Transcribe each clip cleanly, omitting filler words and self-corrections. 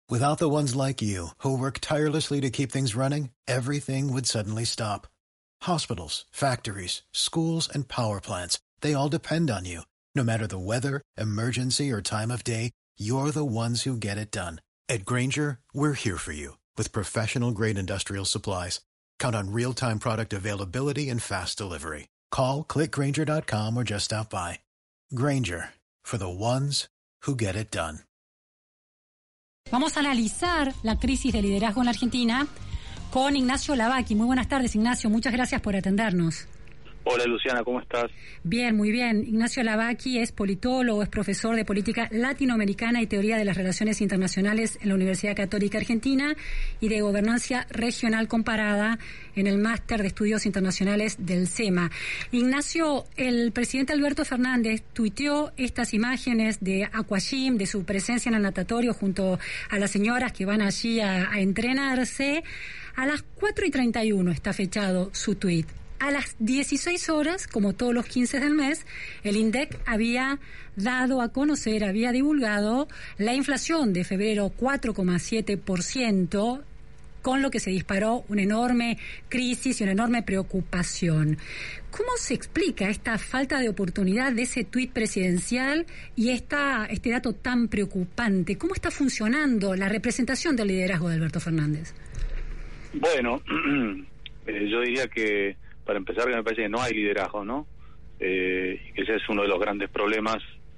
Without the ones like you, who work tirelessly to keep things running, everything would suddenly stop. Hospitals, factories, schools, and power plants, they all depend on you. No matter the weather, emergency, or time of day, you're the ones who get it done. At Grainger, we're here for you with professional-grade industrial supplies. Count on real-time product availability and fast delivery. Call, click Grainger.com, or just stop by. Grainger, for the ones who get it done. Vamos a analizar la crisis de liderazgo en la Argentina con Ignacio Lavaki. Muy buenas tardes, Ignacio. Muchas gracias por atendernos. Hola, Luciana, ¿cómo estás? Bien, muy bien. Ignacio Lavaki es politólogo, es profesor de política latinoamericana y teoría de las relaciones internacionales en la Universidad Católica Argentina y de gobernanza regional comparada en el Máster de Estudios Internacionales del SEMA. Ignacio, el presidente Alberto Fernández tuiteó estas imágenes de Aquagym, de su presencia en el natatorio junto a las señoras que van allí a entrenarse. A las 4:31 está fechado su tuit. A las 16 horas, como todos los 15 del mes, el INDEC había dado a conocer, había divulgado la inflación de febrero 4,7%, con lo que se disparó una enorme crisis y una enorme preocupación. ¿Cómo se explica esta falta de oportunidad de ese tuit presidencial y este dato tan preocupante? ¿Cómo está funcionando la representación del liderazgo de Alberto Fernández? Bueno, yo diría que para empezar, que me parece que no hay liderazgo, ¿no? Y que ese es uno de los grandes problemas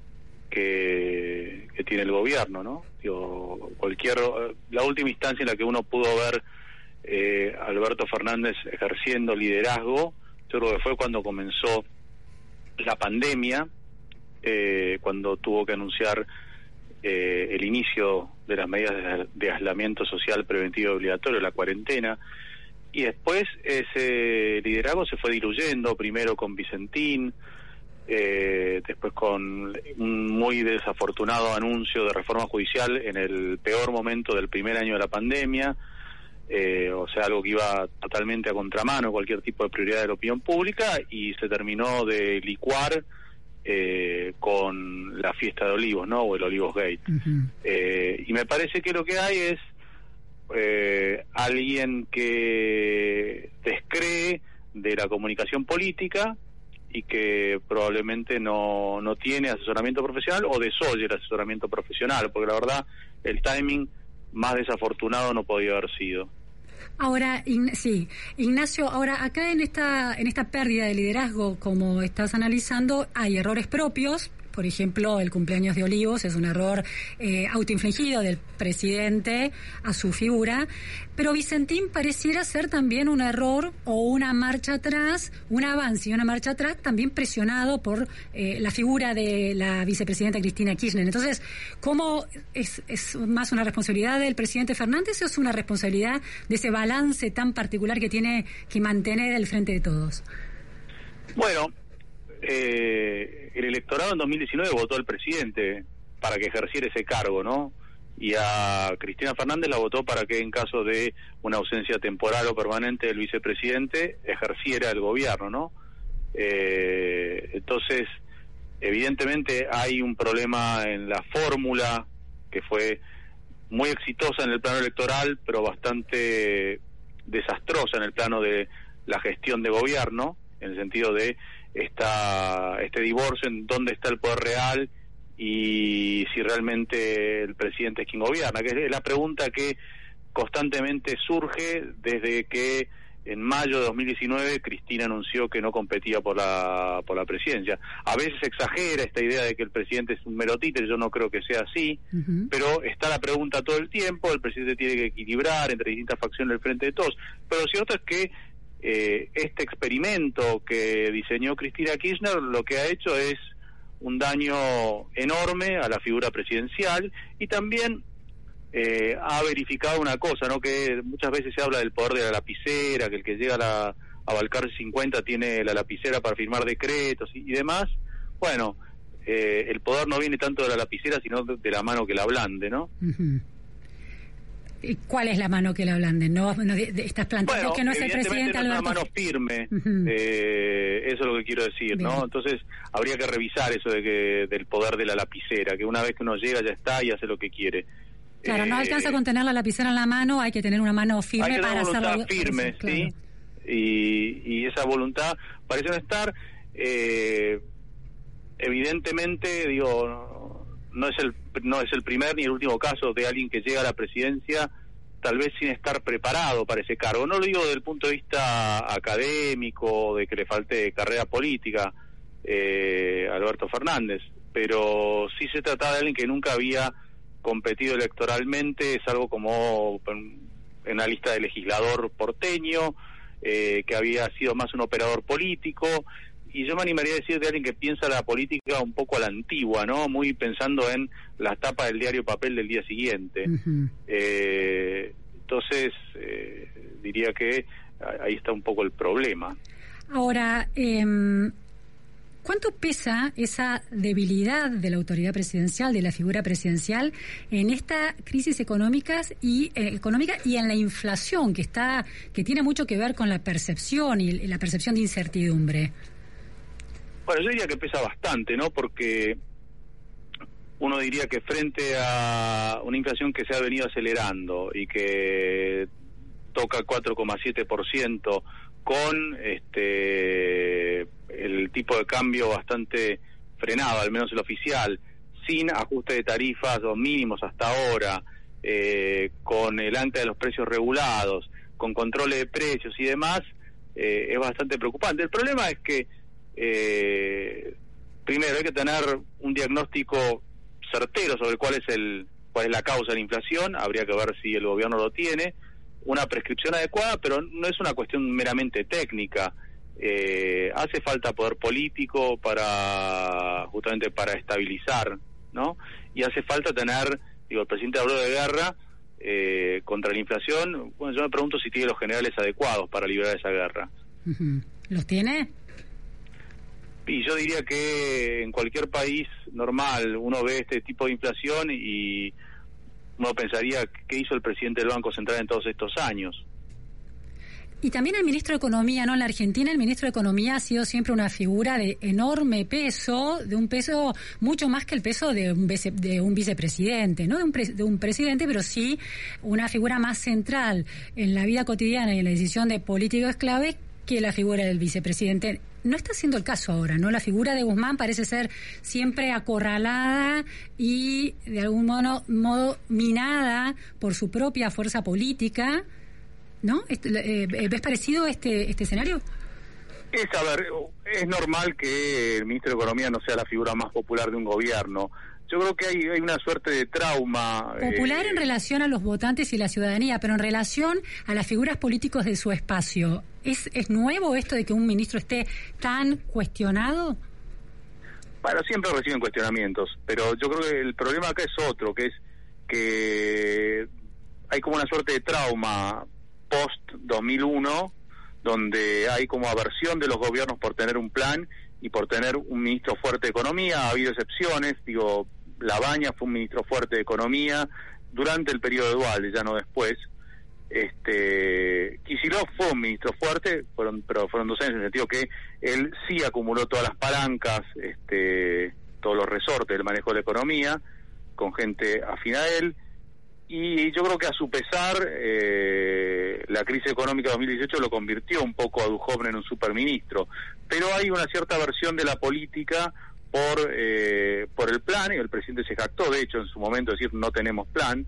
que tiene el gobierno, ¿no? Digo, la última instancia en la que uno pudo ver Alberto Fernández ejerciendo liderazgo, yo creo que fue cuando comenzó la pandemia, cuando tuvo que anunciar el inicio de las medidas de aislamiento social preventivo y obligatorio, la cuarentena. Y después ese liderazgo se fue diluyendo, primero con Vicentín, después con un muy desafortunado anuncio de reforma judicial en el peor momento del primer año de la pandemia, o sea, algo que iba totalmente a contramano de cualquier tipo de prioridad de la opinión pública, y se terminó de licuar con la fiesta de Olivos, ¿no? O el Olivos Gate. Uh-huh. Y me parece que lo que hay es alguien que descree de la comunicación política y que probablemente no tiene asesoramiento profesional o desoye el asesoramiento profesional, porque la verdad el timing más desafortunado no podía haber sido. Ahora, sí, Ignacio, ahora acá en esta pérdida de liderazgo, como estás analizando, hay errores propios. Por ejemplo, el cumpleaños de Olivos es un error autoinfligido del presidente a su figura, pero Vicentín pareciera ser también un error o una marcha atrás, un avance y una marcha atrás, también presionado por la figura de la vicepresidenta Cristina Kirchner. Entonces, ¿cómo es más una responsabilidad del presidente Fernández o es una responsabilidad de ese balance tan particular que tiene que mantener el Frente de Todos? Bueno, el electorado en 2019 votó al presidente para que ejerciera ese cargo, ¿no? Y a Cristina Fernández la votó para que en caso de una ausencia temporal o permanente del vicepresidente ejerciera el gobierno, ¿no? Entonces, evidentemente hay un problema en la fórmula que fue muy exitosa en el plano electoral, pero bastante desastrosa en el plano de la gestión de gobierno, en el sentido de este divorcio en dónde está el poder real y si realmente el presidente es quien gobierna, que es la pregunta que constantemente surge desde que en mayo de 2019 Cristina anunció que no competía por la presidencia. A veces exagera esta idea de que el presidente es un mero títere, yo no creo que sea así, uh-huh. Pero está la pregunta todo el tiempo, el presidente tiene que equilibrar entre distintas facciones del Frente de Todos, pero lo cierto es que este experimento que diseñó Cristina Kirchner lo que ha hecho es un daño enorme a la figura presidencial y también ha verificado una cosa, ¿no? Que muchas veces se habla del poder de la lapicera, que el que llega a Balcarce 50 tiene la lapicera para firmar decretos y demás. Bueno, el poder no viene tanto de la lapicera sino de la mano que la ablande, ¿no? Uh-huh. ¿Cuál es la mano que la ablande? ¿No estás planteando que no es el presidente Alberto? No es una mano firme, uh-huh. Eso es lo que quiero decir, bien, ¿no? Entonces habría que revisar eso del poder de la lapicera, que una vez que uno llega ya está y hace lo que quiere. Claro, no alcanza con tener la lapicera en la mano, hay que tener una mano firme para hacerlo. Hay que tener voluntad firme, claro. ¿sí? Y esa voluntad parece no estar. Evidentemente, digo, no es el primer ni el último caso de alguien que llega a la presidencia tal vez sin estar preparado para ese cargo. No lo digo desde el punto de vista académico, de que le falte carrera política Alberto Fernández, pero sí se trataba de alguien que nunca había competido electoralmente, es algo como en la lista de legislador porteño, que había sido más un operador político, y yo me animaría a decir de alguien que piensa la política un poco a la antigua, ¿no? Muy pensando en la tapa del diario papel del día siguiente. Uh-huh. Entonces, diría que ahí está un poco el problema. Ahora, ¿cuánto pesa esa debilidad de la autoridad presidencial, de la figura presidencial, en esta crisis económica y en la inflación que tiene mucho que ver con la percepción y la percepción de incertidumbre? Bueno, yo diría que pesa bastante, ¿no? Porque uno diría que frente a una inflación que se ha venido acelerando y que toca 4,7%, con el tipo de cambio bastante frenado, al menos el oficial, sin ajuste de tarifas o mínimos hasta ahora, con el ancla de los precios regulados, con controles de precios y demás, es bastante preocupante. El problema es que primero hay que tener un diagnóstico certero sobre cuál es la causa de la inflación. Habría que ver si el gobierno lo tiene, una prescripción adecuada, pero no es una cuestión meramente técnica. Hace falta poder político justamente para estabilizar, ¿no? Y hace falta tener, el presidente habló de guerra contra la inflación. Bueno, yo me pregunto si tiene los generales adecuados para librar esa guerra. Uh-huh. ¿Los tiene? Y yo diría que en cualquier país normal uno ve este tipo de inflación y uno pensaría qué hizo el presidente del Banco Central en todos estos años. Y también el ministro de Economía, ¿no? En la Argentina el ministro de Economía ha sido siempre una figura de enorme peso, de un peso mucho más que el peso de un vicepresidente, no de un presidente, pero sí una figura más central en la vida cotidiana y en la decisión de políticos clave que la figura del vicepresidente. No está siendo el caso ahora, ¿no? La figura de Guzmán parece ser siempre acorralada y de algún modo minada por su propia fuerza política, ¿no? ¿Ves parecido este escenario? Es normal que el ministro de Economía no sea la figura más popular de un gobierno. Yo creo que hay una suerte de trauma. Popular en relación a los votantes y la ciudadanía, pero en relación a las figuras políticos de su espacio. ¿Es nuevo esto de que un ministro esté tan cuestionado? Bueno, siempre reciben cuestionamientos, pero yo creo que el problema acá es otro, que es que hay como una suerte de trauma post-2001, donde hay como aversión de los gobiernos por tener un plan y por tener un ministro fuerte de Economía. Ha habido excepciones, Labaña fue un ministro fuerte de Economía durante el periodo de Duhalde, ya no después. Kicillof fue un ministro fuerte, pero fueron 2 años, en el sentido que él sí acumuló todas las palancas, todos los resortes del manejo de la economía, con gente afín a él, y yo creo que a su pesar, la crisis económica de 2018 lo convirtió un poco a Duhovne en un superministro, pero hay una cierta versión de la política por el plan, y el presidente se jactó, de hecho, en su momento, de decir no tenemos plan,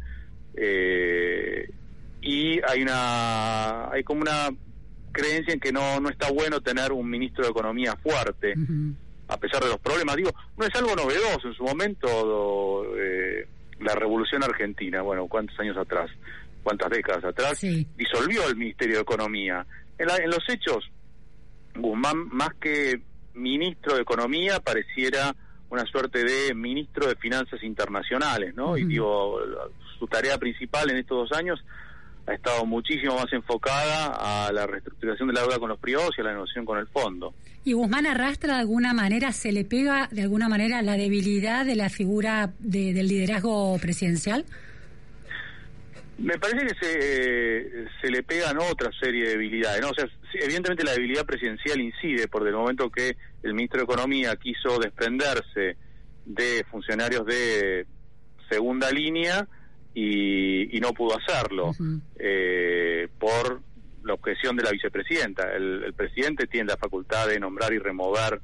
y hay como una creencia en que no está bueno tener un ministro de Economía fuerte, uh-huh, a pesar de los problemas. No es algo novedoso. En su momento, la Revolución Argentina, bueno, ¿cuántas décadas atrás? Sí. Disolvió el Ministerio de Economía. En los hechos, Guzmán, más que ministro de Economía, pareciera una suerte de ministro de Finanzas Internacionales, ¿no? Uh-huh. Y su tarea principal en estos 2 años ha estado muchísimo más enfocada a la reestructuración de la deuda con los privados y a la negociación con el fondo. ¿Y Guzmán arrastra de alguna manera, se le pega de alguna manera la debilidad de la figura del liderazgo presidencial? Me parece que se le pegan otra serie de debilidades, ¿no? O sea, evidentemente la debilidad presidencial incide, porque del momento que el ministro de Economía quiso desprenderse de funcionarios de segunda línea, y no pudo hacerlo por la objeción de la vicepresidenta. El presidente tiene la facultad de nombrar y remover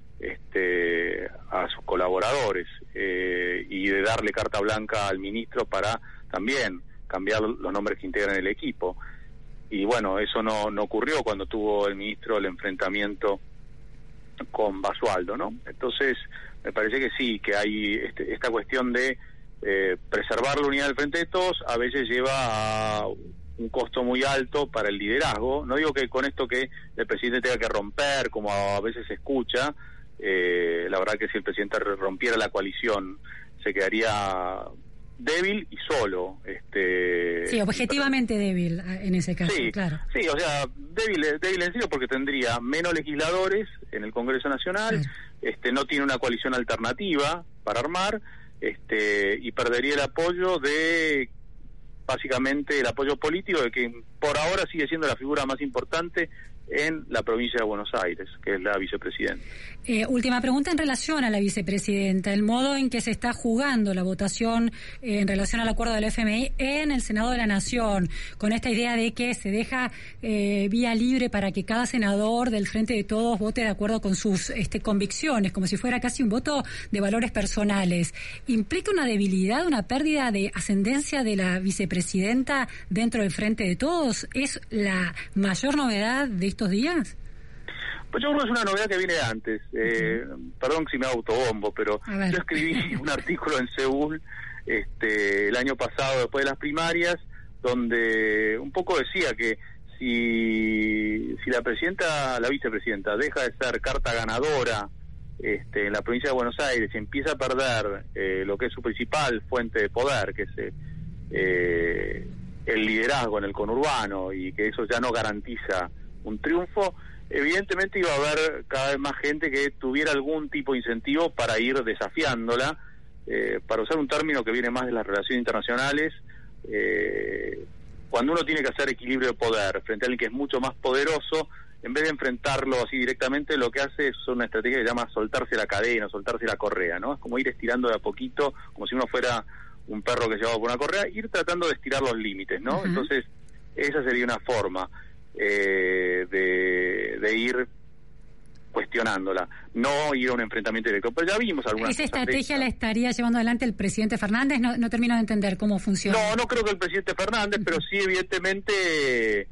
a sus colaboradores y de darle carta blanca al ministro para también cambiar los nombres que integran el equipo. Y bueno, eso no ocurrió cuando tuvo el ministro el enfrentamiento con Basualdo, ¿no? Entonces, me parece que sí, que hay esta cuestión de preservar la unidad del Frente de Todos, a veces lleva a un costo muy alto para el liderazgo. No digo que con esto que el presidente tenga que romper, como a veces se escucha, la verdad que si el presidente rompiera la coalición, se quedaría débil y solo. Sí, objetivamente débil en ese caso, sí, claro. Sí, o sea, débil en serio porque tendría menos legisladores en el Congreso Nacional, no tiene una coalición alternativa para armar, y perdería el apoyo básicamente el apoyo político de que por ahora sigue siendo la figura más importante en la provincia de Buenos Aires, que es la vicepresidenta. Última pregunta en relación a la vicepresidenta, el modo en que se está jugando la votación en relación al acuerdo del FMI en el Senado de la Nación, con esta idea de que se deja vía libre para que cada senador del Frente de Todos vote de acuerdo con sus convicciones, como si fuera casi un voto de valores personales. ¿Implica una debilidad, una pérdida de ascendencia de la vicepresidenta dentro del Frente de Todos? ¿Es la mayor novedad de estos días? Pues yo creo que es una novedad que viene de antes. Perdón si me autobombo, pero yo escribí un artículo en Seúl el año pasado, después de las primarias, donde un poco decía que si la vicepresidenta deja de ser carta ganadora en la provincia de Buenos Aires y empieza a perder lo que es su principal fuente de poder, que es el liderazgo en el conurbano, y que eso ya no garantiza un triunfo, evidentemente iba a haber cada vez más gente que tuviera algún tipo de incentivo para ir desafiándola, para usar un término que viene más de las relaciones internacionales. Cuando uno tiene que hacer equilibrio de poder frente a alguien que es mucho más poderoso, en vez de enfrentarlo así directamente, lo que hace es una estrategia que se llama soltarse la cadena, soltarse la correa, ¿no? Es como ir estirando de a poquito, como si uno fuera un perro que llevaba por una correa, ir tratando de estirar los límites, ¿no? Entonces, esa sería una forma de ir cuestionándola, no ir a un enfrentamiento directo. Pero ya vimos algunas ¿Esa estrategia la estaría llevando adelante el presidente Fernández? No termino de entender cómo funciona. No creo que el presidente Fernández, pero sí evidentemente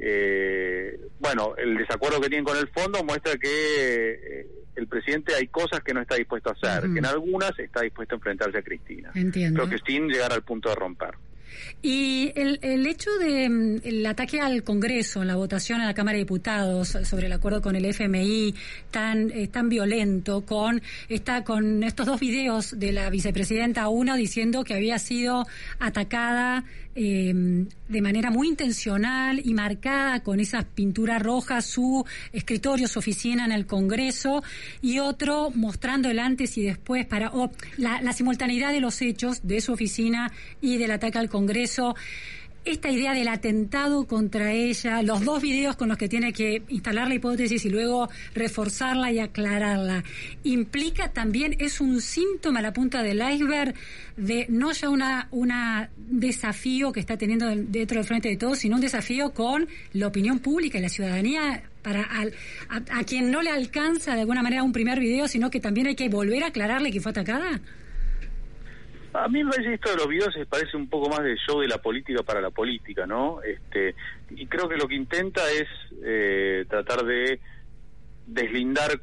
el desacuerdo que tienen con el fondo muestra que el presidente hay cosas que no está dispuesto a hacer, que en algunas está dispuesto a enfrentarse a Cristina. Entiendo. Pero que sin llegar al punto de romper. Y el hecho de el ataque al Congreso en la votación en la Cámara de Diputados sobre el acuerdo con el FMI tan violento, con estos dos videos de la vicepresidenta, uno diciendo que había sido atacada de manera muy intencional y marcada con esas pinturas rojas su escritorio, su oficina en el Congreso, y otro mostrando el antes y después para la simultaneidad de los hechos de su oficina y del ataque al Congreso. Esta idea del atentado contra ella, los dos videos con los que tiene que instalar la hipótesis y luego reforzarla y aclararla, implica también, es un síntoma a la punta del iceberg de no ya un desafío que está teniendo dentro del Frente de Todos, sino un desafío con la opinión pública y la ciudadanía, para a quien no le alcanza de alguna manera un primer video, sino que también hay que volver a aclararle que fue atacada. A mí me parece esto de los videos parece un poco más de show de la política para la política, ¿no? Y creo que lo que intenta es tratar de deslindar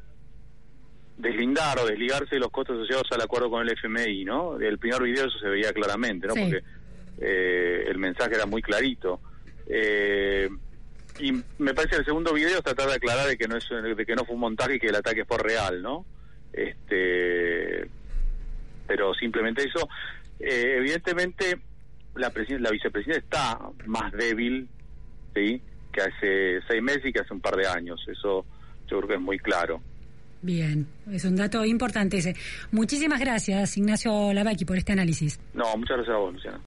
o desligarse de los costos asociados al acuerdo con el FMI, ¿no? El primer video eso se veía claramente, ¿no? Sí. Porque el mensaje era muy clarito. Y me parece que el segundo video es tratar de aclarar de que no fue un montaje y que el ataque fue real, ¿no? Pero simplemente eso. Evidentemente la vicepresidenta está más débil, ¿sí?, que hace 6 meses y que hace un par de años. Eso yo creo que es muy claro. Bien, es un dato importante ese. Muchísimas gracias, Ignacio Lavaki, por este análisis. No, muchas gracias a vos, Luciana.